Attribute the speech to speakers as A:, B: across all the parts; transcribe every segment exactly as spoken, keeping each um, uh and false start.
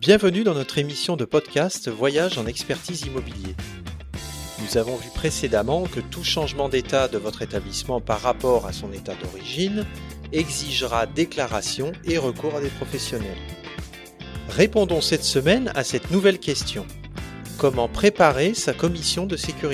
A: Bienvenue dans notre émission de podcast Voyage en expertise immobilier. Nous avons vu précédemment que tout changement d'état de votre établissement par rapport à son état d'origine exigera déclaration et recours à des professionnels. Répondons cette semaine à cette nouvelle question. Comment préparer sa commission de sécurité ?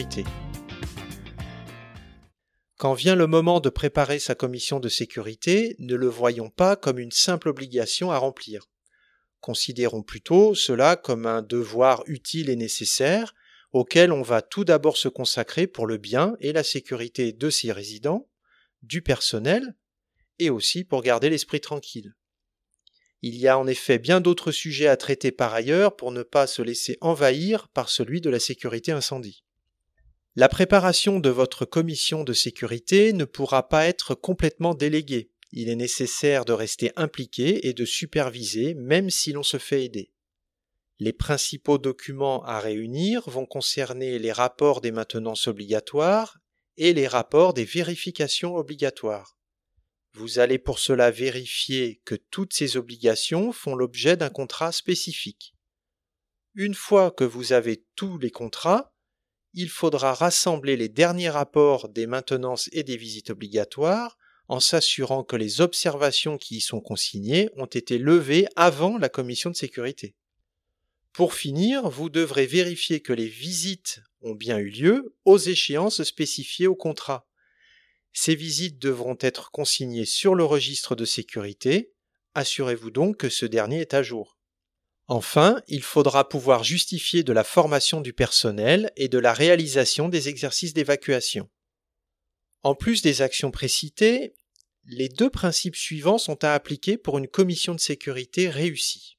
A: Quand vient le moment de préparer sa commission de sécurité, ne le voyons pas comme une simple obligation à remplir. Considérons plutôt cela comme un devoir utile et nécessaire auquel on va tout d'abord se consacrer pour le bien et la sécurité de ses résidents, du personnel et aussi pour garder l'esprit tranquille. Il y a en effet bien d'autres sujets à traiter par ailleurs pour ne pas se laisser envahir par celui de la sécurité incendie. La préparation de votre commission de sécurité ne pourra pas être complètement déléguée. Il est nécessaire de rester impliqué et de superviser même si l'on se fait aider. Les principaux documents à réunir vont concerner les rapports des maintenances obligatoires et les rapports des vérifications obligatoires. Vous allez pour cela vérifier que toutes ces obligations font l'objet d'un contrat spécifique. Une fois que vous avez tous les contrats, il faudra rassembler les derniers rapports des maintenances et des visites obligatoires en s'assurant que les observations qui y sont consignées ont été levées avant la commission de sécurité. Pour finir, vous devrez vérifier que les visites ont bien eu lieu aux échéances spécifiées au contrat. Ces visites devront être consignées sur le registre de sécurité. Assurez-vous donc que ce dernier est à jour. Enfin, il faudra pouvoir justifier de la formation du personnel et de la réalisation des exercices d'évacuation. En plus des actions précitées, les deux principes suivants sont à appliquer pour une commission de sécurité réussie.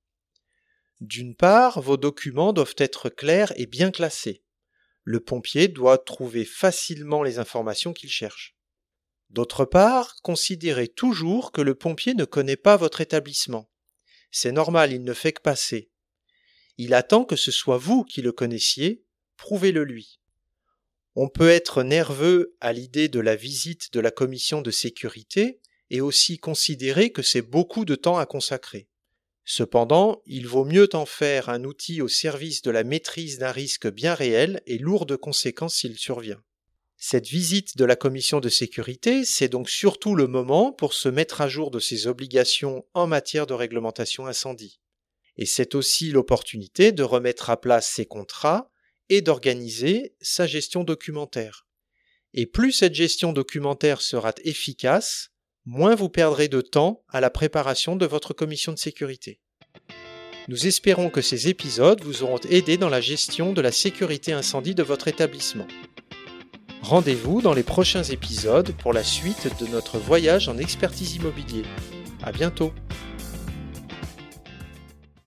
A: D'une part, vos documents doivent être clairs et bien classés. Le pompier doit trouver facilement les informations qu'il cherche. D'autre part, considérez toujours que le pompier ne connaît pas votre établissement. C'est normal, il ne fait que passer. Il attend que ce soit vous qui le connaissiez, prouvez-le lui. On peut être nerveux à l'idée de la visite de la commission de sécurité et aussi considérer que c'est beaucoup de temps à consacrer. Cependant, il vaut mieux en faire un outil au service de la maîtrise d'un risque bien réel et lourd de conséquences s'il survient. Cette visite de la commission de sécurité, c'est donc surtout le moment pour se mettre à jour de ses obligations en matière de réglementation incendie. Et c'est aussi l'opportunité de remettre à place ses contrats et d'organiser sa gestion documentaire. Et plus cette gestion documentaire sera efficace, moins vous perdrez de temps à la préparation de votre commission de sécurité. Nous espérons que ces épisodes vous auront aidé dans la gestion de la sécurité incendie de votre établissement. Rendez-vous dans les prochains épisodes pour la suite de notre voyage en expertise immobilier. À bientôt!